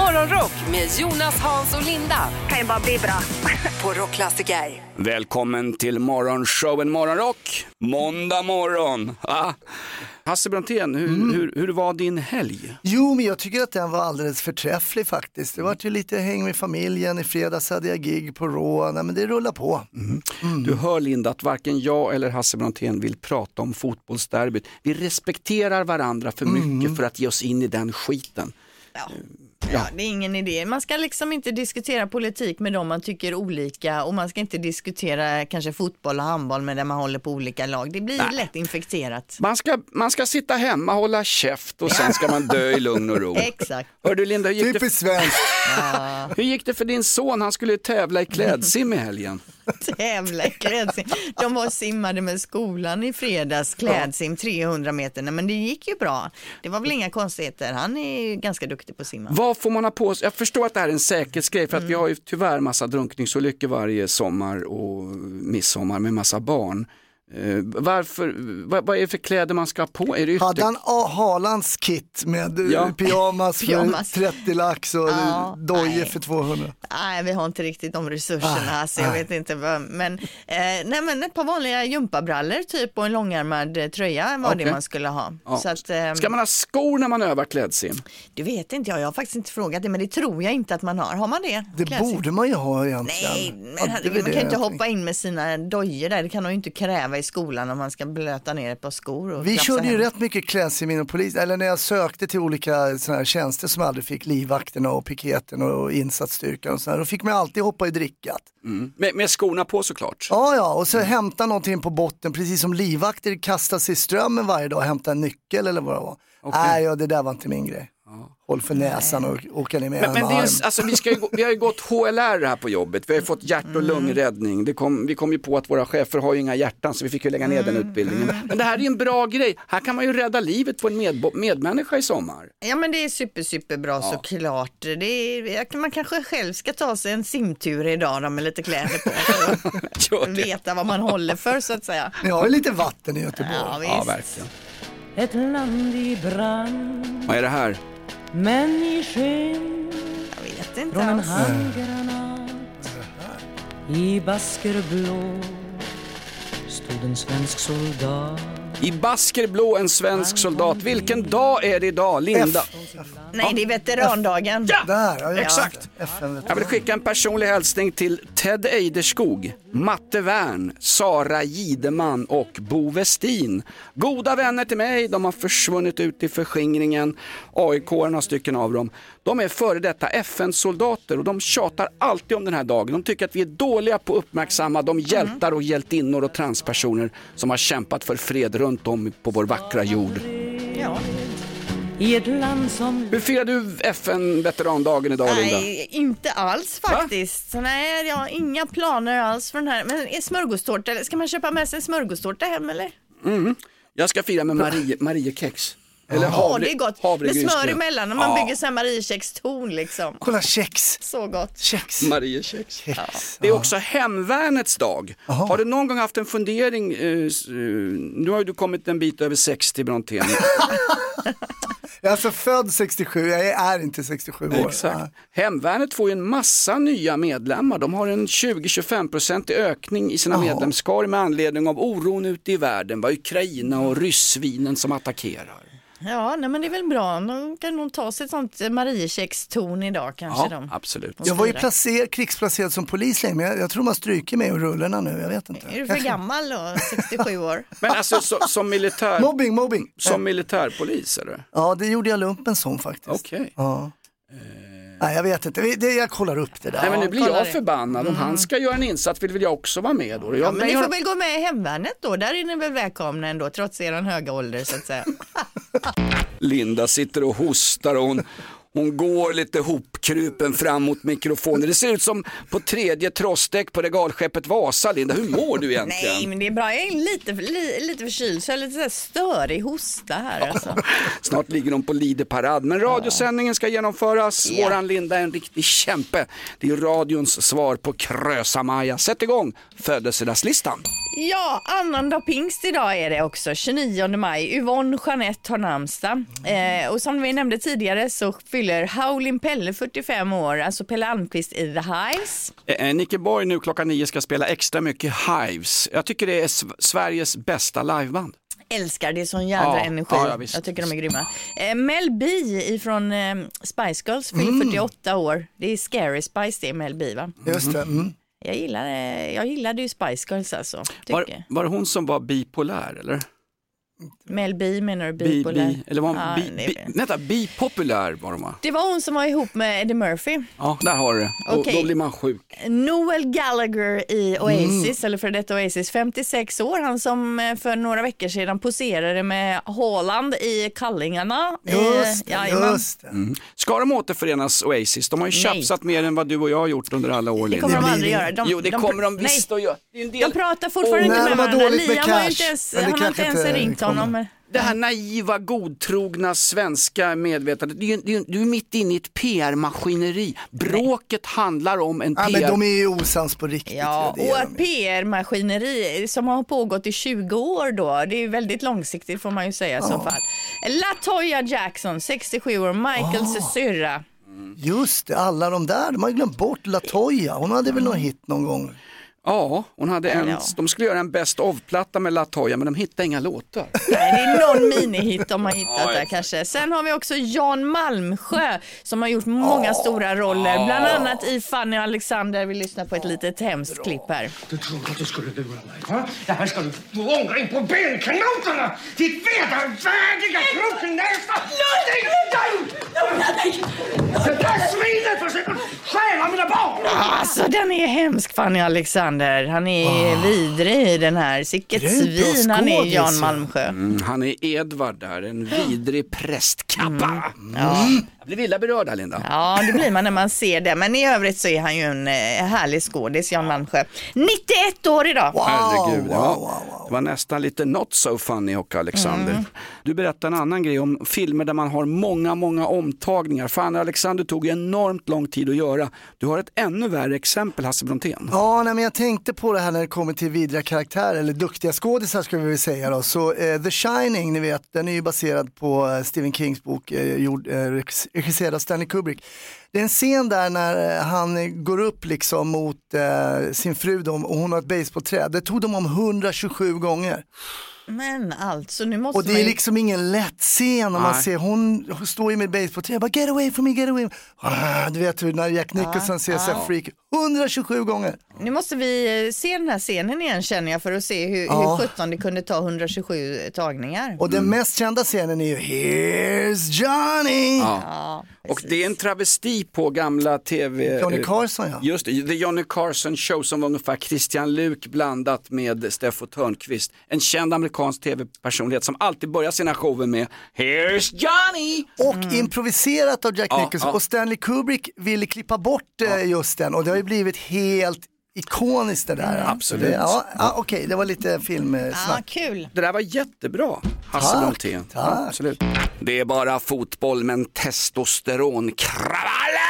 Morgonrock med Jonas, Hans och Linda. Kan ju bara bli bra. På Rockklassiker. Välkommen till morgonshowen Morgonrock. Måndag morgon. Hasse Brontén, hur var din helg? Jo, men jag tycker att den var alldeles förträfflig faktiskt. Det var ju lite häng med familjen. I fredags hade jag gig på Rå. Nej, men det rullar på. Du hör, Linda, att varken jag eller Hasse Brontén vill prata om fotbollsderbyt. Vi respekterar varandra för mycket för att ge oss in i den skiten. Ja, det är ingen idé. Man ska liksom inte diskutera politik med dem man tycker olika, och man ska inte diskutera kanske fotboll och handboll med där man håller på olika lag. Det blir lätt infekterat. Man ska sitta hemma, hålla käft och sen ska man dö i lugn och ro. Exakt. Hör du, Linda, Typiskt svenskt. Hur gick det för din son? Han skulle tävla i klädsim i helgen. Tävla i klädsim. De var simmade med skolan i fredags, klädsim 300 meter. Men det gick ju bra. Det var väl inga konstigheter. Han är ganska duktig på att simma. Vad får man ha på sig? Jag förstår att det här är en säkerhetsgrej, för att vi har ju tyvärr massa drunkningsolyckor varje sommar och midsommar med massa barn. Vad är det för kläder man ska ha på? Är det hade han Haalands kit med pyjamas för 30 lax och dojor för 200? Nej, vi har inte riktigt de resurserna, så jag vet inte vad. Men ett par vanliga gympabrallor typ och en långärmad tröja var det man skulle ha. Ja. Så att, ska man ha skor när man övar klädsim? Det vet inte jag har faktiskt inte frågat det, men det tror jag inte att man har. Har man det? Det klädsim? Borde man ju ha egentligen. Nej, men man kan ju inte hoppa in med sina dojor där, det kan man ju inte kräva i skolan om man ska blöta ner ett par skor. Och vi körde ju rätt mycket klädsim inom polis, eller när jag sökte till olika såna här tjänster som aldrig fick, livvakterna och piketen och insatsstyrkan och sådär, då fick man alltid hoppa i drickat. Med skorna på såklart. Ja, och så hämta någonting på botten, precis som livvakter kastar sig i strömmen varje dag och hämta en nyckel eller vad det var. Nej, det där var inte min grej. Håll för näsan och åka ner med men det är, alltså, vi har ju gått HLR här på jobbet. Vi har ju fått hjärt- och lungräddning. Vi kom ju på att våra chefer har ju inga hjärtan, så vi fick ju lägga ner den utbildningen. Men det här är ju en bra grej. Här kan man ju rädda livet på en medmänniska i sommar. Ja, men det är superbra såklart. Man kanske själv ska ta sig en simtur idag då, med lite kläder på. Veta vad man håller för, så att säga. Ni har ju lite vatten i Göteborg. Ja, verkligen. Ett land i brand. Vad är det här? Människan. Jag vet inte från en alls. handgranat. I baskerblå stod en svensk soldat. I baskerblå en svensk soldat. Vilken dag är det idag, Linda? Nej, det är veterandagen. Ja, där, exakt. Jag vill skicka en personlig hälsning till Ted Eiderskog, Matte Wern, Sara Gideman och Bo Westin. Goda vänner till mig, de har försvunnit ut i förskingringen. AIK, några stycken av dem. De är före detta FN-soldater och de tjatar alltid om den här dagen. De tycker att vi är dåliga på att uppmärksamma de hjältar och hjältinnor och transpersoner som har kämpat för fred runt om på vår vackra jord. Ja. I ett land som... Hur firar du FN-veterandagen idag, Linda? Nej, inte alls faktiskt. Så nej, jag har inga planer alls för den här. Men är smörgåstårta, ska man köpa med sig smörgåstårta hem eller? Jag ska fira med Mariekex. Eller det är gott. Med smör emellan när man bygger så här Mariekex-torn liksom. Kolla, kex. Så gott. Kex. Mariekex. Det är också hemvärnets dag. Har du någon gång haft en fundering? Nu har ju du kommit en bit över 60, Brontén. Jag är alltså född 67, jag är inte 67 år. Exakt. Hemvärnet får ju en massa nya medlemmar. De har en 20-25% ökning i sina medlemskar med anledning av oron ute i världen. Vad Ukraina och ryssvinen som attackerar. Ja, nej, men det är väl bra. De kan nog ta sig ett sånt Mariekex-torn idag kanske. Ja, absolut. Jag var ju krigsplacerad som polis länge, men jag tror man stryker mig ur rullarna nu, jag vet inte. Är du för gammal då, 67 år? Men alltså som militär... Mobbing. Som militärpolis, eller? Ja, det gjorde jag lumpen som faktiskt. Okej. Ja. Nej, jag vet inte. Jag kollar upp det där. Nej, men nu blir jag förbannad. Om han ska göra en insats vill jag också vara med då. Men ni får väl gå med i hemvärnet då. Där är ni väl välkomna ändå, trots er höga ålder så att säga. Linda sitter och hostar och hon går lite hopkrupen fram mot mikrofonen. Det ser ut som på 3:e trossdäck på regalskeppet Vasa, Linda. Hur mår du egentligen? Nej, men det är bra. Jag är lite förkyld, så jag är lite så här störig hosta här. Alltså. Snart ligger de på Lideparad. Men radiosändningen ska genomföras. Våran Linda är en riktig kämpe. Det är radions svar på Krösa-Maja. Sätt igång födelsedagslistan. Ja, annandag pingst idag är det också, 29 maj. Yvonne Jeanette har namnsdag. Och som vi nämnde tidigare så fyller Howlin' Pelle 45 år, alltså Pelle Almqvist i The Hives. Nicke Borg nu klockan 9 ska spela extra mycket Hives. Jag tycker det är Sveriges bästa liveband. Älskar, det är sån jädra energi. Jag tycker de är grymma. Mel B ifrån Spice Girls fyller 48 år. Det är Scary Spice, det är Mel B, va? Just det. Jag gillade ju Spice Girls alltså. Var det hon som var bipolär eller? Mel B menar du bipolär? Eller var hon bipopulär var de, va? Det var hon som var ihop med Eddie Murphy. Ja, där har du det. Då blir man sjuk. Noel Gallagher i Oasis, eller för detta Oasis, 56 år. Han som för några veckor sedan poserade med Haaland i kallingarna. Just det. Ska de återförenas Oasis? De har ju tjafsat mer än vad du och jag har gjort under alla år. Det kommer de aldrig göra. Det kommer de visst att göra. De pratar fortfarande inte med varandra. Liam har inte ens ringt honom. Det här naiva, godtrogna svenska medvetandet, du är mitt inne i ett PR-maskineri. Bråket handlar om en PR. Ja, men de är ju osams på riktigt. Ja, och ett PR-maskineri som har pågått i 20 år då, det är väldigt långsiktigt får man ju säga i så fall. LaToya Jackson, 67 år, Michaels syrra. Just det, alla de där, de har ju glömt bort LaToya. Hon hade väl någon hit någon gång. Ja, hon hade de skulle göra en best of-platta med LaToya, men de hittade inga låtar. Nej, det är någon minihit de har hittat där kanske. Sen har vi också Jan Malmsjö som har gjort många stora roller, bland annat i Fanny och Alexander. Vi lyssnar på ett litet hemskt klipp här. Du trodde att du skulle lura mig, va? Det här ska du ångra in på benknotorna! Ditt vedervärdiga kroknästa! Låt dig! Det där svinet försöker stjäla mina barn! Alltså, den är hemsk, Fanny Alexander. Han är vidrig i den här. Sicket svin han är, Jan Malmsjö. Han är Edvard där, en vidrig prästkappa. Jag blir vilda berörd, Linda. Ja, det blir man när man ser det. Men i övrigt så är han ju en härlig skådis, Jan Malmsjö. 91 år idag. Herregud, det var nästan lite not so funny, och Alexander. Du berättade en annan grej om filmer där man har många omtagningar. Fanny och Alexander tog ju enormt lång tid att göra. Du har ett ännu värre exempel, Hasse Brontén. Ja, men jag tänkte på det här när det kommer till vidriga karaktärer, eller duktiga skådisar ska vi väl säga då. Så The Shining, ni vet, den är ju baserad på Stephen Kings bok, regisserad av Stanley Kubrick. Det är en scen där när han går upp liksom mot sin fru då, och hon har ett basebollträd. Det tog dem om 127 gånger. Men alltså, nu måste och det är liksom ingen lätt scen om man ser, hon står ju med basebollträd, bara get away from me, get away. Du vet hur när Jack Nicholson ser sig freak 127 gånger. Nu måste vi se den här scenen igen, känner jag, för att se hur 17 det kunde ta 127 tagningar. Och den mest kända scenen är ju Here's Johnny. Och det är en travesti på gamla tv... Johnny Carson, Just det, The Johnny Carson Show, som var ungefär Christian Luuk blandat med Steffo Törnqvist. En känd amerikansk tv-personlighet som alltid börjar sina shower med Here's Johnny! Och improviserat av Jack Nicholson. Och Stanley Kubrick ville klippa bort just den. Och det har ju blivit helt ikoniskt det där. Absolut. Okej, det var lite filmsnack. Kul. Det där var jättebra, Hasse Brontén. Absolut. Det är bara fotboll, men testosteronkravaller!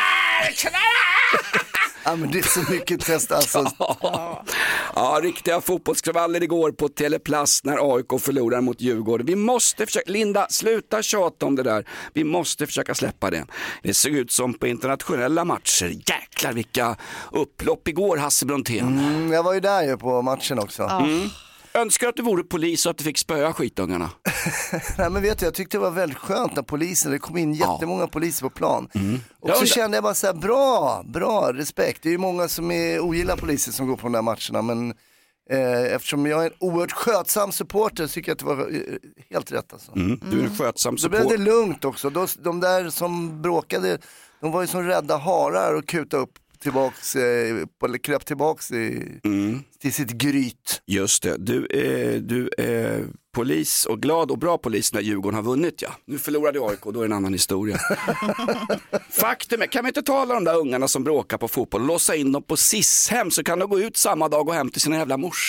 Ja, men det är så mycket test alltså. Ja, riktiga fotbollskravaller igår på Teleplast när AIK förlorar mot Djurgården. Vi måste försöka, Linda, sluta tjata om det där. Vi måste försöka släppa det. Det såg ut som på internationella matcher. Jäklar vilka upplopp igår, Hasse Brontén. Jag var ju där ju på matchen också. Önskar att du vore polis och att du fick spöa skitungarna. Nej, men vet du, jag tyckte det var väldigt skönt när polisen, det kom in jättemånga poliser på plan. Och så kände jag bara så här, bra, respekt. Det är ju många som ogillar poliser som går på de där matcherna, men eftersom jag är en oerhört skötsam supporter så tycker jag att det var helt rätt alltså. Du är en skötsam supporter. Så blev det lugnt också. De där som bråkade, de var ju som rädda harar och kuta upp tillbaks, eller kröp tillbaks till sitt gryt. Just det, du är polis och glad och bra polis när Djurgården har vunnit, ja. Nu förlorade AIK, då är det en annan historia. Faktum är, kan vi inte tala om de där ungarna som bråkar på fotboll och låsa in dem på SIS-hem, så kan de gå ut samma dag och hem till sina jävla morsor.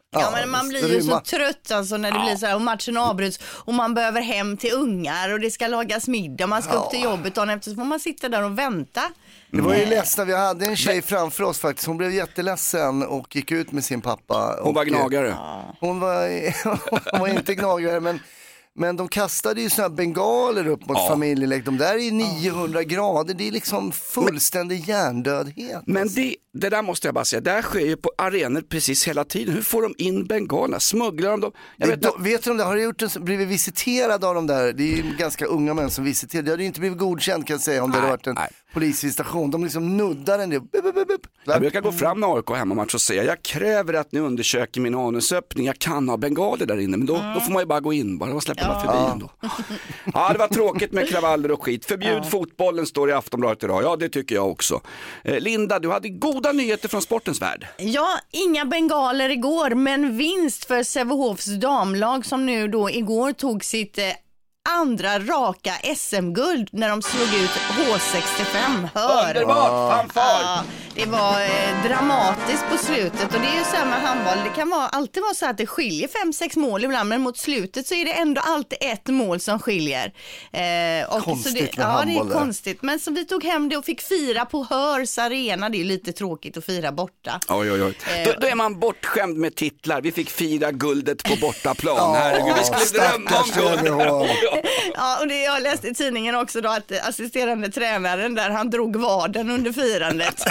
Ja, men man blir ju så trött alltså när det blir så här och matchen avbryts och man behöver hem till ungar och det ska lagas middag, man ska upp till jobbet och efter så får man sitta där och vänta. Det var ju ledsna, vi hade en tjej framför oss faktiskt, hon blev jätteledsen och gick ut med sin pappa. Hon var gnagare. Hon var inte gnagare, men de kastade ju såna här bengaler upp mot familjelek. De där är 900 grader, det är liksom fullständig hjärndödhet. Men det där måste jag bara säga, det här sker ju på arenor precis hela tiden. Hur får de in bengalerna? Smugglar de dem? Vet du om det har blivit visiterad av de där? Det är ju ganska unga män som visiterar. Det hade ju inte blivit godkänt kan jag säga om det hade varit en polisvisitation. De liksom nuddar den. Jag brukar gå fram när AIK hemmamatch och säga jag kräver att ni undersöker min anusöppning. Jag kan ha bengaler där inne, men då får man ju bara gå in bara och släppa mig förbi ändå. Ja, det var tråkigt med kravaller och skit. Förbjud fotbollen står i Aftonbladet idag. Ja, det tycker jag också. Linda, du hade goda nyheter från sportens värld. Ja, inga bengaler igår, men vinst för Sävehofs damlag som nu då igår tog sitt andra raka SM-guld när de slog ut H65. Underbart, fanfar! Ja, det var dramatiskt på slutet och det är ju så här med handboll, det kan alltid vara så att det skiljer 5-6 mål ibland, men mot slutet så är det ändå alltid ett mål som skiljer. Och konstigt så det är konstigt, men så vi tog hem det och fick fira på Hörs arena, det är ju lite tråkigt att fira borta. Oj. Då är man bortskämd med titlar, vi fick fira guldet på bortaplan. Herregud, vi skulle drömma om guld. Ja, och det jag läste i tidningen också då att assisterande tränaren där, han drog vaden under firandet.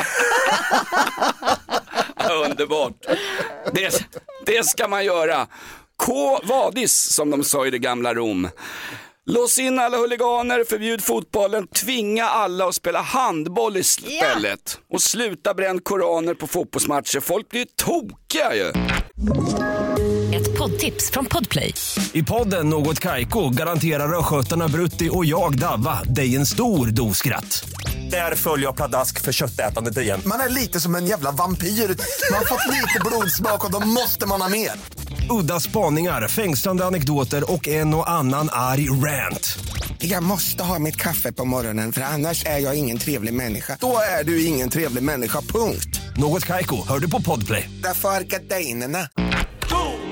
Underbart. Det ska man göra. K. Vadis som de sa i det gamla Rom. Lås in alla huliganer, förbjud fotbollen, tvinga alla att spela handboll istället. Och sluta bränna koraner på fotbollsmatcher. Folk blir tokiga ju. Ett poddtips från Podplay. I podden Något Kaiko garanterar röskötarna Brutti och jag Davva dig en stor doskratt. Där följer jag pladask för köttätandet igen. Man är lite som en jävla vampyr. Man har fått lite blodsmak och då måste man ha mer. Udda spaningar, fängslande anekdoter och en och annan arg rant. Jag måste ha mitt kaffe på morgonen för annars är jag ingen trevlig människa. Då är du ingen trevlig människa, punkt. Något Kaiko, hör du på Podplay. Därför är gardinerna. God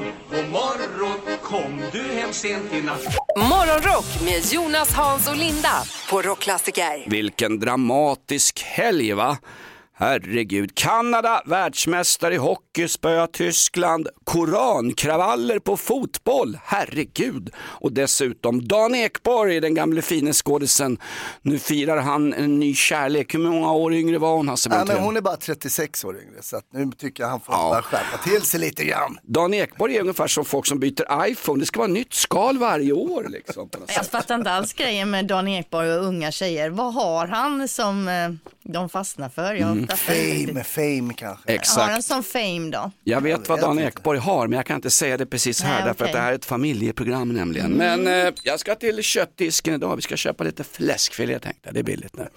morgon, kom du hem sent i natt? Morgonrock med Jonas, Hans och Linda på Rockklassiker. Vilken dramatisk helg, va? Herregud, Kanada, världsmästare i hockey, spöa Tyskland, korankravaller på fotboll, herregud. Och dessutom Dan Ekborg, den gamla fina skådisen. Nu firar han en ny kärlek. Hur många år yngre var hon? Men hon är bara 36 år yngre, så att nu tycker jag han får bara skärpa till sig lite grann. Dan Ekborg är ungefär som folk som byter iPhone. Det ska vara nytt skal varje år liksom. Jag fattar inte alls grejen med Dan Ekborg och unga tjejer. Vad har han som de fastnar för? Fame kanske. Exakt. Har han som fame då? Jag vet vad Dan Ekborg har, men jag kan inte säga det precis här. Därför att det här är ett familjeprogram nämligen. Men jag ska till köttdisken idag. Vi ska köpa lite fläskfilé, tänkte jag. Det är billigt nu.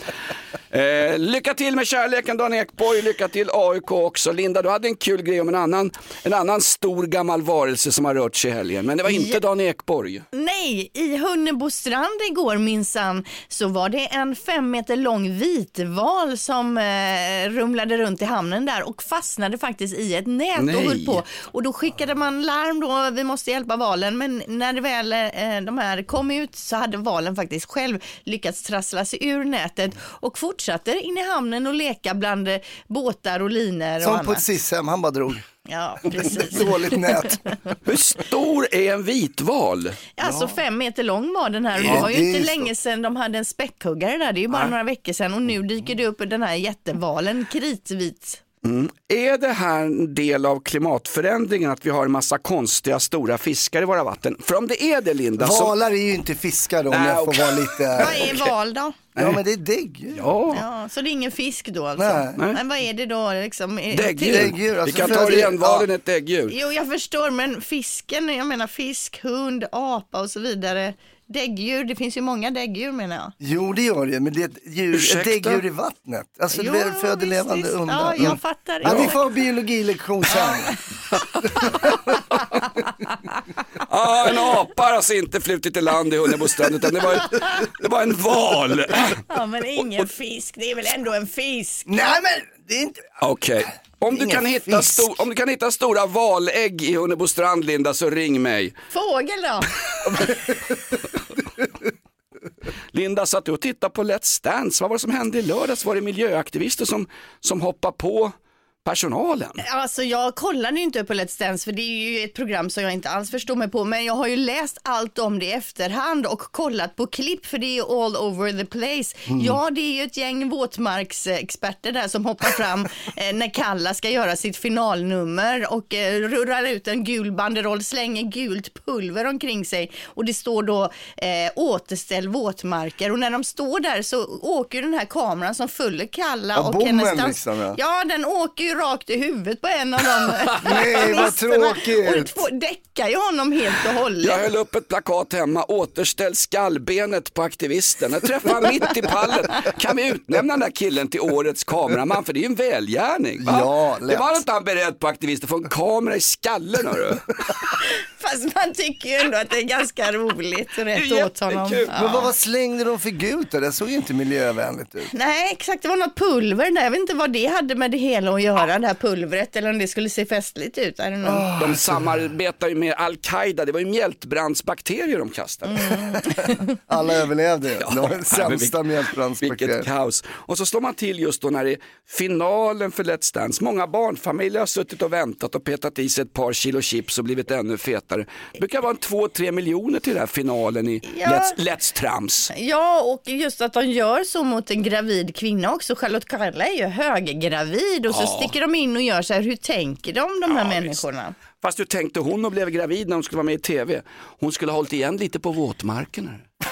Lycka till med kärleken Dan Ekborg. Lycka till AIK också. Linda, du hade en kul grej om en annan stor gammal varelse som har rört sig i helgen. Men det var inte Dan Ekborg. Nej, i Hunnebostrand igår minsann så var det en 5 meter lång vitval som rumlade runt i hamnen där och fastnade faktiskt i ett nät och höll på. Och då skickade man larm då, vi måste hjälpa valen, men när det väl de här kom ut så hade valen faktiskt själv lyckats trassla sig ur nätet och fortsatte in i hamnen och leka bland båtar och linor och som annat. på ett sishem, han bara drog. Ja, precis. Dåligt nät. Hur stor är en vitval? Alltså 5 meter lång var den här. Det var ju inte länge sedan de hade en späckhuggare där. Det är ju bara några veckor sedan och nu dyker det upp den här jättevalen, kritvit. Är det här en del av klimatförändringen att vi har en massa konstiga stora fiskar i våra vatten? För om det är det, Linda... Valar är ju inte fiskar då, om jag får vara lite... Vad är val då? Ja, men det är däggdjur. Ja, så det är ingen fisk då alltså? Nej. Men vad är det då liksom? Däggdjur. Alltså, vi kan ta renvalen ett däggdjur. Jo, jag förstår, men fisken, jag menar fisk, hund, apa och så vidare. Däggdjur, det finns ju många däggdjur menar jag. Jo, det gör det, men det är ett däggdjur i vattnet. Alltså det är födelevande undan. Ja, jag fattar. Ja, vi får biologilektion sen. En apa har alltså inte flutit i land i Hunnebostrand, utan det var en val. Ja, men ingen fisk, det är väl ändå en fisk. Nej, men det är inte... Okej. Om du kan hitta stora valägg i Hunnebostrand, Linda, så ring mig. Fågel då? Linda, satt du och tittade på Let's Dance? Vad var det som hände i lördags? Var det miljöaktivister som hoppade på personalen? Alltså jag kollade ju inte på Let's Dance, för det är ju ett program som jag inte alls förstår mig på, men jag har ju läst allt om det i efterhand och kollat på klipp, för det är ju all over the place. Ja, det är ju ett gäng våtmarksexperter där som hoppar fram när Kalla ska göra sitt finalnummer och rullar ut en gul banderoll, slänger gult pulver omkring sig och det står då återställ våtmarker, och när de står där så åker den här kameran som följer Kalla och hennes liksom, ja, den åker ju rakt i huvudet på en av dem. Nej, vad tråkigt. Och däckar ju honom helt och hållet. Jag höll upp ett plakat hemma, återställ skallbenet på aktivisten. Jag träffade han mitt i pallen. Kan vi utnämna den där killen till årets kameraman? För det är ju en välgärning. Va? Ja, lätt. Det var inte han beredd på aktivister, få en kamera i skallen, hörru. Fast man tycker ju ändå att det är ganska roligt och rätt åt honom. Ja. Men vad slängde de för gult där? Det såg ju inte miljövänligt ut. Nej, exakt. Det var något pulver där. Jag vet inte vad det hade med det hela att göra, det här pulvret, eller om det skulle se festligt ut. De samarbetar ju med Al-Qaida. Det var ju mjältbrandsbakterier de kastade. Alla överlevde. Ja, de var den sämsta mjältbrandsbakterier. Vilket kaos. Och så står man till just då när det är finalen för Let's Dance. Många barnfamiljer har suttit och väntat och petat i sig ett par kilo chips och blivit ännu fetare. Det brukar vara 2-3 miljoner till den här finalen i Let's Trams. Ja, och just att de gör så mot en gravid kvinna också. Charlotte Kalla är ju höggravid och så sticker de in och gör så här. Hur tänker de här människorna? Fast hur tänkte hon och blev gravid när hon skulle vara med i tv? Hon skulle ha hållit igen lite på våtmarkerna.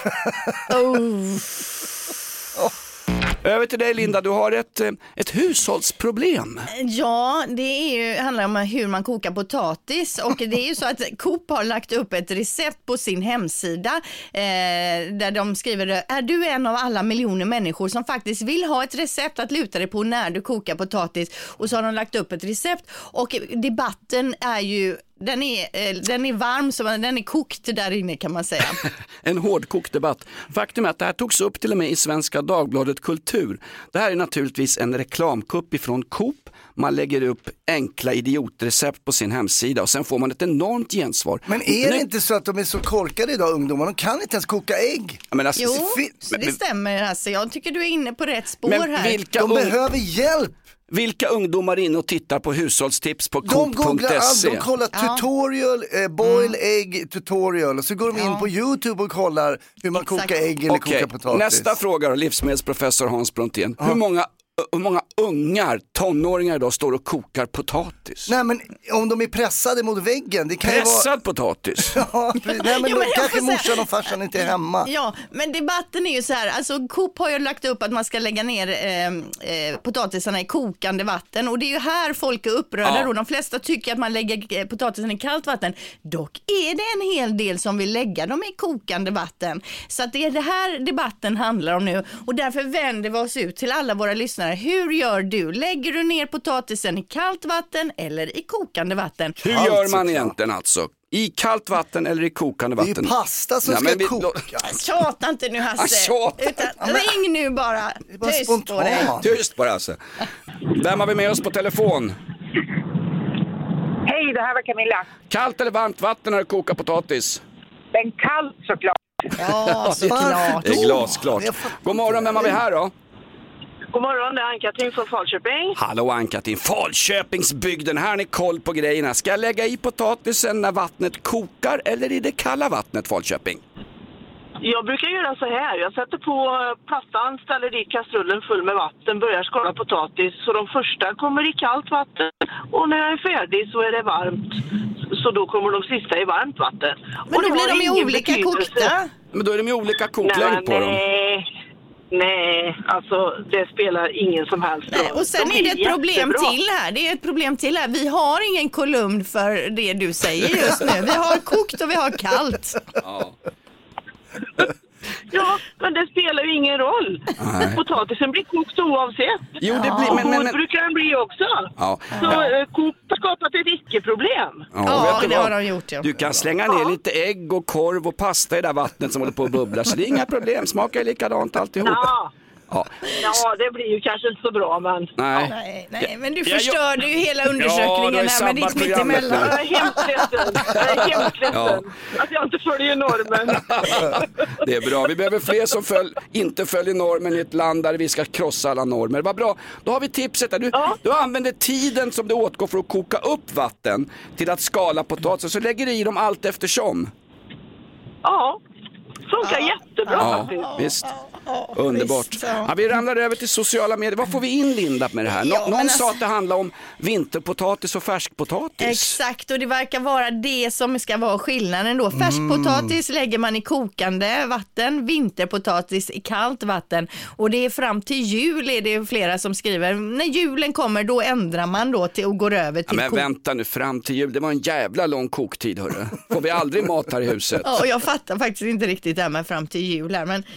Över till dig, Linda, du har ett hushållsproblem. Ja, det handlar om hur man kokar potatis, och det är ju så att Coop har lagt upp ett recept på sin hemsida där de skriver: är du en av alla miljoner människor som faktiskt vill ha ett recept att luta dig på när du kokar potatis? Och så har de lagt upp ett recept, och debatten är ju den är varm, så den är kokt där inne, kan man säga. En hårdkokt debatt. Faktum är att det här togs upp till och med i Svenska Dagbladet Kultur. Det här är naturligtvis en reklamkupp ifrån Coop. Man lägger upp enkla idiotrecept på sin hemsida och sen får man ett enormt gensvar. Men är det inte så att de är så korkade idag, ungdomar? De kan inte ens koka ägg. Men alltså, det stämmer. Alltså. Jag tycker du är inne på rätt spår här. De behöver hjälp. Vilka ungdomar är inne och tittar på hushållstips på coop.se? De kollar tutorial, boil egg tutorial, och så går de in på YouTube och kollar hur man kokar ägg eller kokar potatis. Nästa fråga då, livsmedelsprofessor Hans Brontén. Hur många ungar, tonåringar idag står och kokar potatis? Nej, men om de är pressade mot väggen, det kan pressad potatis? Nej, men då kanske morsan och farsan inte är hemma. Ja, men debatten är ju så här, alltså Coop har ju lagt upp att man ska lägga ner potatisarna i kokande vatten, och det är ju här folk är upprörda och de flesta tycker att man lägger potatisen i kallt vatten. Dock är det en hel del som vill lägga dem i kokande vatten. Så att det är det här debatten handlar om nu, och därför vänder vi oss ut till alla våra lyssnare. Hur gör du? Lägger du ner potatisen i kallt vatten eller i kokande vatten? Hur gör man egentligen alltså? I kallt vatten eller i kokande vatten? Det är pasta som ska kokas. Tjata inte nu, Hasse. Utan ring nu bara. Det är bara spontant. Tyst bara, alltså. Vem har vi med oss på telefon? Hej, det här var Camilla. Kallt eller varmt vatten när du kokar potatis? Men kallt såklart. Ja, såklart. Det är glasklart. God morgon, vem har vi här då? God morgon, det är Ann-Katrin från Falköping. Hallå Ann-Katrin, Falköpingsbygden, här har ni koll på grejerna. Ska jag lägga i potatisen när vattnet kokar eller i det kalla vattnet, Falköping? Jag brukar göra så här, jag sätter på plattan, ställer dit kastrullen full med vatten, börjar skala potatis, så de första kommer i kallt vatten, och när jag är färdig så är det varmt. Så då kommer de sista i varmt vatten. Men då blir de ju olika kokta. Men då är de ju olika koklängd på dem. Nej, alltså det spelar ingen som helst roll. Och sen är det ett problem till här. Det är ett problem till här. Vi har ingen kolumn för det du säger just nu. Vi har kokt och vi har kallt. Ja, men det spelar ju ingen roll. Potatisen blir kokt oavsett. Jo, det blir, men brukar den bli också. Ja. Så Coop har skapat ett icke-problem. Ja, det har de gjort. Ja. Du kan slänga ner lite ägg och korv och pasta i det där vattnet som håller på att bubbla. Så det är inga problem, smakar likadant alltihop. Ja. Ja, det blir ju kanske inte så bra, men... Nej, men du förstörde ju hela undersökningen här med ditt mittemellan. Jag är hemskt ledsen att jag inte följer normen. Det är bra. Vi behöver fler som inte följer normen i ett land där vi ska krossa alla normer. Vad bra. Då har vi tipset där. Du använder tiden som det åtgår för att koka upp vatten till att skala potatis, så lägger du i dem allt eftersom. Ja, funkar jättebra faktiskt. Visst. Underbart. Ja, vi ramlar över till sociala medier. Vad får vi in, Linda, med det här? Någon sa att det handlar om vinterpotatis och färskpotatis. Exakt, och det verkar vara det som ska vara skillnaden då. Färskpotatis lägger man i kokande vatten, vinterpotatis i kallt vatten. Och det är fram till jul, är det flera som skriver. När julen kommer, då ändrar man då till och går över till men vänta nu, fram till jul. Det var en jävla lång koktid, hörru. Får vi aldrig mat här i huset? Ja, och jag fattar faktiskt inte riktigt det här med fram till jul här, men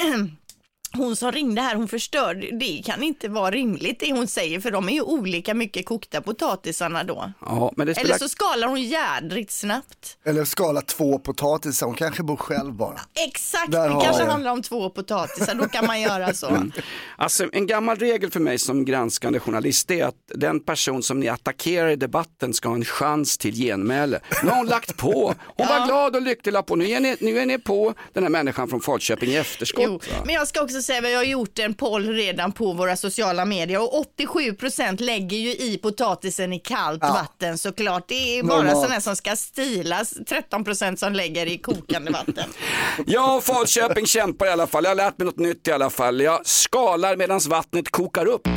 hon som ringde här, hon förstörde, det kan inte vara rimligt det hon säger, för de är ju olika mycket kokta potatisarna då. Ja, men det eller så skalar hon jädrigt snabbt. Eller skala 2 potatisar, hon kanske bor själv bara. Exakt, det kanske handlar om 2 potatisar, då kan man göra så. Alltså en gammal regel för mig som granskande journalist är att den person som ni attackerar i debatten ska ha en chans till genmäle. Nu har hon lagt på, hon var glad och lycklig på. Nu är ni på den här människan från Falköping i efterskott. Jo, men jag ska också säga, vi har gjort en poll redan på våra sociala medier och 87% lägger ju i potatisen i kallt vatten, såklart. Det är bara sådana som ska stilas, 13% som lägger i kokande vatten. Ja, Falköping kämpar i alla fall. Jag har lärt mig något nytt i alla fall. Jag skalar medan vattnet kokar upp.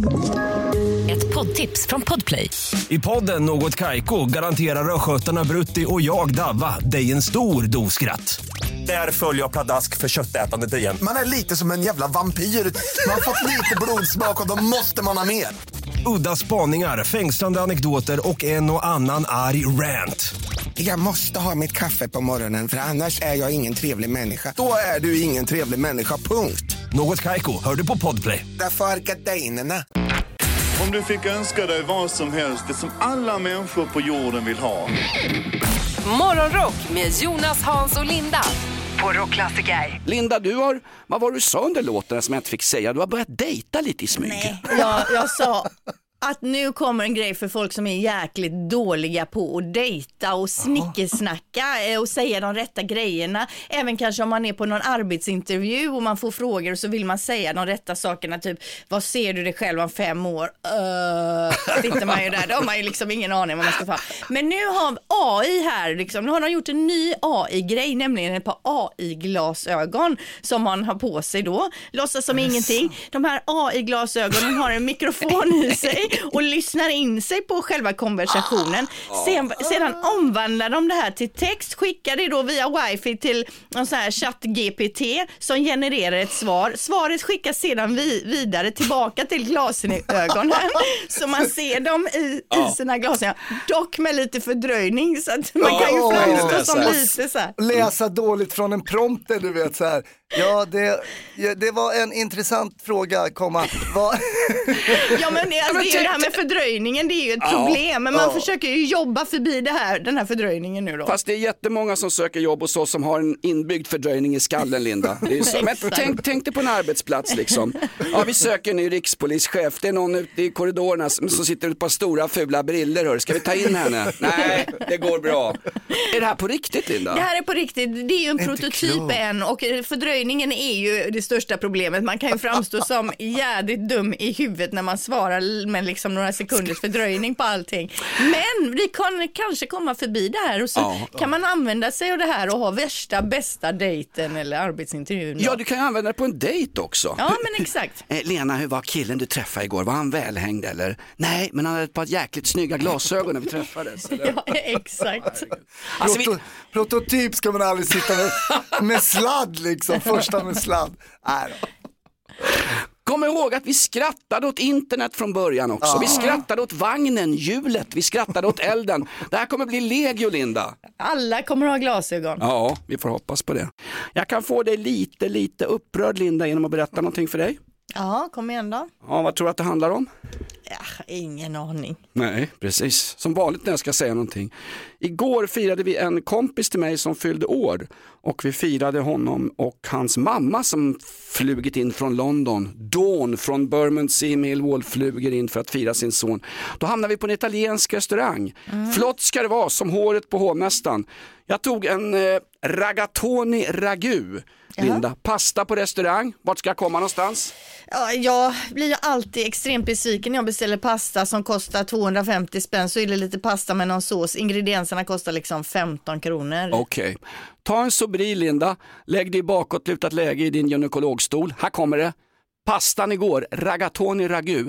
Ett poddtips från Podplay. I podden Något Kaiko garanterar röskötarna Brutti och jag Davva dig en stor doskratt. Där följer jag pladask för köttätandet igen. Man är lite som en jävla vampyr. Man har fått lite blodsmak och då måste man ha mer. Udda spaningar, fängslande anekdoter och en och annan arg rant. Jag måste ha mitt kaffe på morgonen, för annars är jag ingen trevlig människa. Då är du ingen trevlig människa, punkt. Något Kaiko, hör du på Podplay. Därför är gardinerna. Om du fick önska dig vad som helst, det som alla människor på jorden vill ha. Morgonrock med Jonas, Hans och Linda på Rockklassiker. Linda, vad var du sa under låten som jag inte fick säga? Du har börjat dejta lite i smyg. Nej, jag sa att nu kommer en grej för folk som är jäkligt dåliga på att dejta och snickesnacka och säga de rätta grejerna. Även kanske om man är på någon arbetsintervju och man får frågor och så vill man säga de rätta sakerna, typ vad ser du dig själv om 5 år? Sitter man ju där, då har man ju liksom ingen aning vad man ska få. Men nu har AI här, liksom, nu har de gjort en ny AI-grej, nämligen ett par AI-glasögon som man har på sig då. Låtsas som ingenting. De här AI-glasögonen har en mikrofon i sig och lyssnar in sig på själva konversationen. Sedan omvandlar de det här till text, skickar det då via wifi till en sån här chatt-GPT som genererar ett svar. Svaret skickas sedan vidare tillbaka till glasögonen så man ser dem i sina glasögon. Dock med lite fördröjning så att man kan ju framstå som lite så här. Läsa dåligt från en prompter, du vet så här. Ja, det var en intressant fråga, komma. Ja, men det är ju det här med fördröjningen, det är ju ett problem. Men man försöker ju jobba förbi den här fördröjningen nu då. Fast det är jättemånga som söker jobb hos oss som har en inbyggd fördröjning i skallen, Linda. Det är ju så. Men tänk dig på en arbetsplats liksom. Ja, vi söker en ny rikspolischef. Det är någon ute i korridorerna som sitter med ett par stora fula briller. Hör. Ska vi ta in henne? Nej, det går bra. Är det här på riktigt, Linda? Det här är på riktigt. Det är ju en prototyp än och fördröjningen är ju det största problemet. Man kan ju framstå som jävligt dum i huvudet när man svarar med liksom några sekunders fördröjning på allting. Men vi kan kanske komma förbi det här och så kan man använda sig av det här och ha bästa dejten eller arbetsintervjun. Ja, du kan ju använda det på en dejt också. Ja, men exakt. Lena, hur var killen du träffade igår? Var han välhängd eller? Nej, men han hade ett par jäkligt snygga glasögon när vi träffades. Eller? Ja, exakt. Alltså, prototyp ska man aldrig sitta med sladd liksom. Första med sladd. Kom ihåg att vi skrattade åt internet från början också. Vi skrattade åt vagnen, hjulet, vi skrattade åt elden. Det här kommer bli legio, Linda. Alla kommer ha glasögon. Ja, vi får hoppas på det. Jag kan få dig lite upprörd, Linda, genom att berätta någonting för dig. Ja, kom igen då. Ja, vad tror du att det handlar om? Ingen aning. Nej, precis. Som vanligt när jag ska säga någonting. Igår firade vi en kompis till mig som fyllde år. Och vi firade honom och hans mamma som flugit in från London. Dawn från Bermondsey Millwall fluger in för att fira sin son. Då hamnade vi på en italiensk restaurang. Flott ska det vara, som håret på hovmästaren. Jag tog en ragatoni ragu. Linda, pasta på restaurang. Vart ska jag komma någonstans? Ja, jag blir ju alltid extremt besviken när jag beställer pasta som kostar 250 spänn. Så är det lite pasta med någon sås. Ingredienserna kostar liksom 15 kronor. Okej. Ta en Sobri, Linda. Lägg dig i bakåtlutat läge i din gynekologstol. Här kommer det. Pastan igår, ragatoni ragu.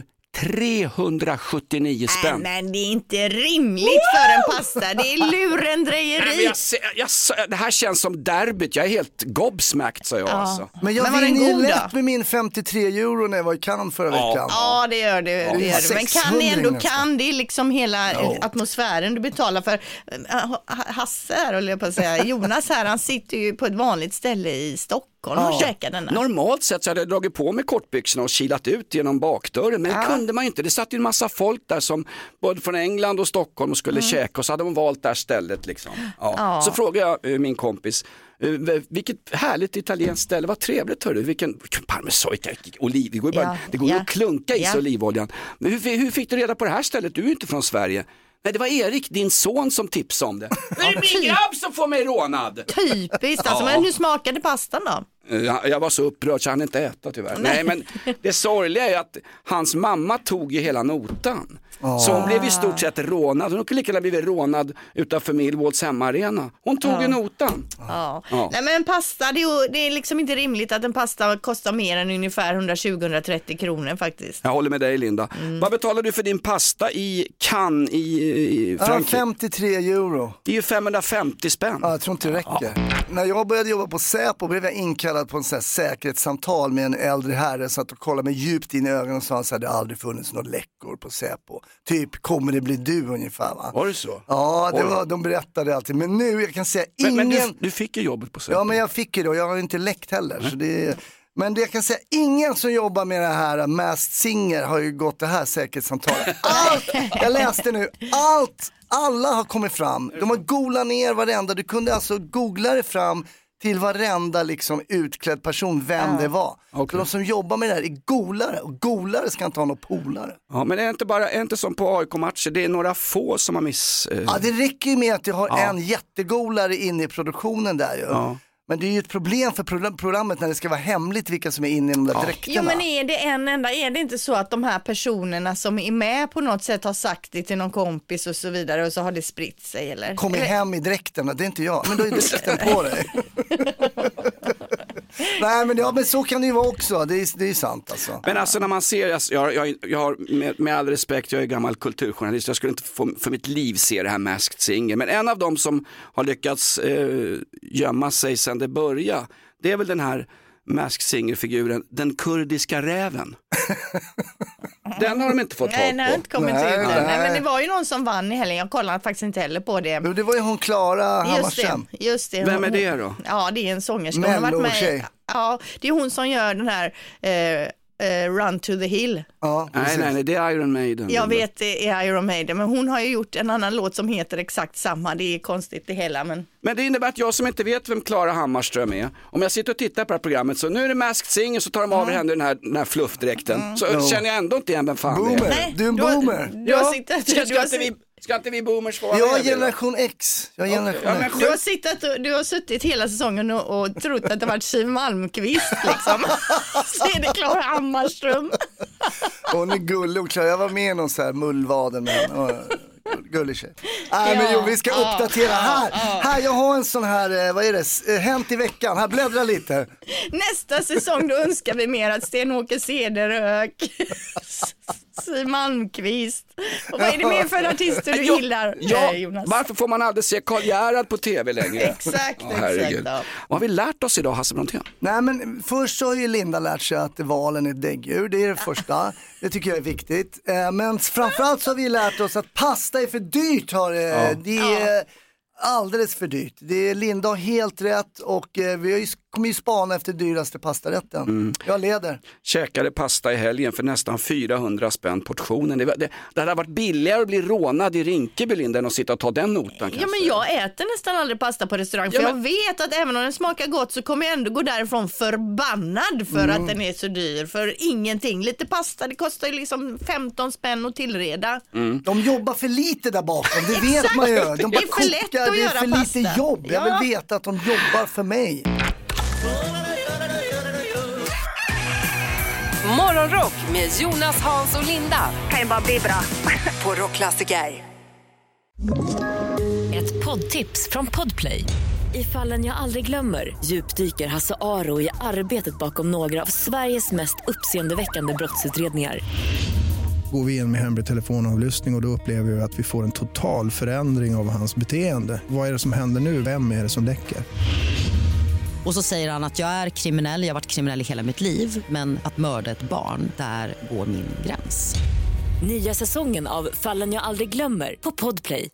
379 spänn. Men det är inte rimligt för en pasta. Det är lurendrejeri. Det här känns som derbyt. Jag är helt gobsmacked, sa jag. Alltså. Men jag vinner ju lätt med min 53 euro när jag var i Cannes förra veckan. Ja, det gör du. Men kan ni ändå det är liksom hela atmosfären du betalar för. Hasse här, eller jag på att säga. Jonas här, han sitter ju på ett vanligt ställe i Stockholm. Normalt sett så hade jag dragit på med kortbyxorna och kilat ut genom bakdörren, men det kunde man inte. Det satt ju en massa folk där som både från England och Stockholm och skulle käka, och så hade de valt det här stället liksom. Så frågade jag min kompis, vilket härligt italienskt ställe, vad trevligt hörru, vilken parmesan, oliv, det går ju att klunka i sig olivoljan. Men hur fick du reda på det här stället? Du är ju inte från Sverige. Nej, det var Erik, din son, som tipsade om det. Det är min grabb som får mig rånad. Typiskt, alltså, men hur smakade pastan då? Jag var så upprörd så han inte äta tyvärr. Nej, men det sorgliga är att hans mamma tog ju hela notan. Så hon blev i stort sett rånad. Hon kunde lika gärna blivit rånad utanför Millwalls hemmaarena. Hon tog ju notan. Nej, men pasta, det är liksom inte rimligt att en pasta kostar mer än ungefär 120-130 kronor faktiskt. Jag håller med dig, Linda. Vad betalar du för din pasta i Cannes i Frankrike? 53 euro. Det är ju 550 spänn. Jag tror inte det räcker. När jag började jobba på Säpo blev jag inkallad på en sån här säkerhetssamtal med en äldre herre, så att och kollade mig djupt in i ögonen och sa att det aldrig funnits några läckor på Säpo. Typ, kommer det bli du ungefär, va? Var det så? Ja, de berättade alltid. Men nu, jag kan säga ingen... Men du fick ju jobbet på Säpo. Ja, men jag fick ju det och jag har inte läckt heller. Så det... Men det jag kan säga, ingen som jobbar med det här Masked Singer har ju gått det här säkerhetssamtalet. Jag läste nu, alla har kommit fram. De har googlat ner varenda, du kunde alltså googla det fram till varenda liksom utklädd person vem det var. Så de som jobbar med det här är golare, och golare ska inte ha några polare. Ja, men är inte som på AIK-matcher, det är några få som har Ja, det räcker ju med att du har en jättegolare inne i produktionen där ju. Ja. Men det är ju ett problem för programmet när det ska vara hemligt vilka som är inne i de där dräkterna. Jo, men är det inte så att de här personerna som är med på något sätt har sagt det till någon kompis och så vidare, och så har det spritt sig, eller? Kommer hem i dräkterna, det är inte jag, men då är dräkten på dig. Nej, men så kan det ju vara också. Det är sant alltså. Men alltså när man ser, jag har med all respekt, jag är gammal kulturjournalist, jag skulle inte för mitt liv se det här Masked Singer, men en av dem som har lyckats gömma sig sedan det började, det är väl den här Masked Singer-figuren, den kurdiska räven. Den har de inte fått tag på. Nej, inte kommit ut. Nej, men det var ju någon som vann i helgen. Jag kollade faktiskt inte heller på det. Det var ju hon Klara Hammarström. Just det. Vem är det då? Ja, det är en sångerska. Mellotjej. Ja, det är hon som gör den här Run to the Hill. Ja, nej, det är Iron Maiden. Jag vet, det är Iron Maiden, men hon har ju gjort en annan låt som heter exakt samma. Det är konstigt det hela, men det innebär att jag som inte vet vem Klara Hammarström är, om jag sitter och tittar på det här programmet, så nu är det Masked Singer, så tar de av henne den här fluffdräkten, så känner jag ändå inte igen vem fan boomer. det är. Nej, du är en boomer. Ska inte vi boomers få vara med? Jag är generation X. Du har suttit hela säsongen och trott att det varit Siw Malmkvist liksom. Så är det Klara Hammarström. Hon är gullig och klar. Jag var med i någon så här mullvaden med henne. Gullig tjej. Men vi ska uppdatera här, jag har en sån här, vad är det, hänt i veckan, här bläddra lite. Nästa säsong då önskar vi mer att Sten-Åke Cederhök, Siw Malmkvist. Och vad är det mer för artister du gillar, Jonas? Varför får man aldrig se Karl Gerhard på tv längre? Exakt. Vad har vi lärt oss idag, Hasse Brontén? Nej, men först så har ju Linda lärt sig att valen är däggdjur, det är det första. Det tycker jag är viktigt. Men framförallt så har vi lärt oss att pasta är för dyrt. alldeles för dyrt. Linda har helt rätt och vi kommer ju spana efter dyraste pastarätten. Jag leder. Käkade pasta i helgen för nästan 400 spänn portionen. Det hade varit billigare att bli rånad i Rinkeby, Linda, än att sitta och ta den notan. Kanske. Ja, men jag äter nästan aldrig pasta på restaurang. För jag vet att även om den smakar gott så kommer jag ändå gå därifrån förbannad för att den är så dyr. För ingenting. Lite pasta, det kostar ju liksom 15 spänn att tillreda. De jobbar för lite där bakom, det vet man ju. De det är för lätt att det är för pasta. Lite jobb. Jag vill veta att de jobbar för mig. Morgonrock med Jonas, Hans och Linda. Kan ju bara bli bra. På Rockklassiker. Ett poddtips från Podplay. I Fallen jag aldrig glömmer djupdyker Hasse Aro i arbetet bakom några av Sveriges mest uppseendeväckande brottsutredningar. Går vi in med hemlig telefonavlyssning och då upplever vi att vi får en total förändring av hans beteende. Vad är det som händer nu? Vem är det som läcker? Och så säger han att jag är kriminell, jag har varit kriminell i hela mitt liv. Men att mörda ett barn, där går min gräns. Nya säsongen av Fallen jag aldrig glömmer på Podplay.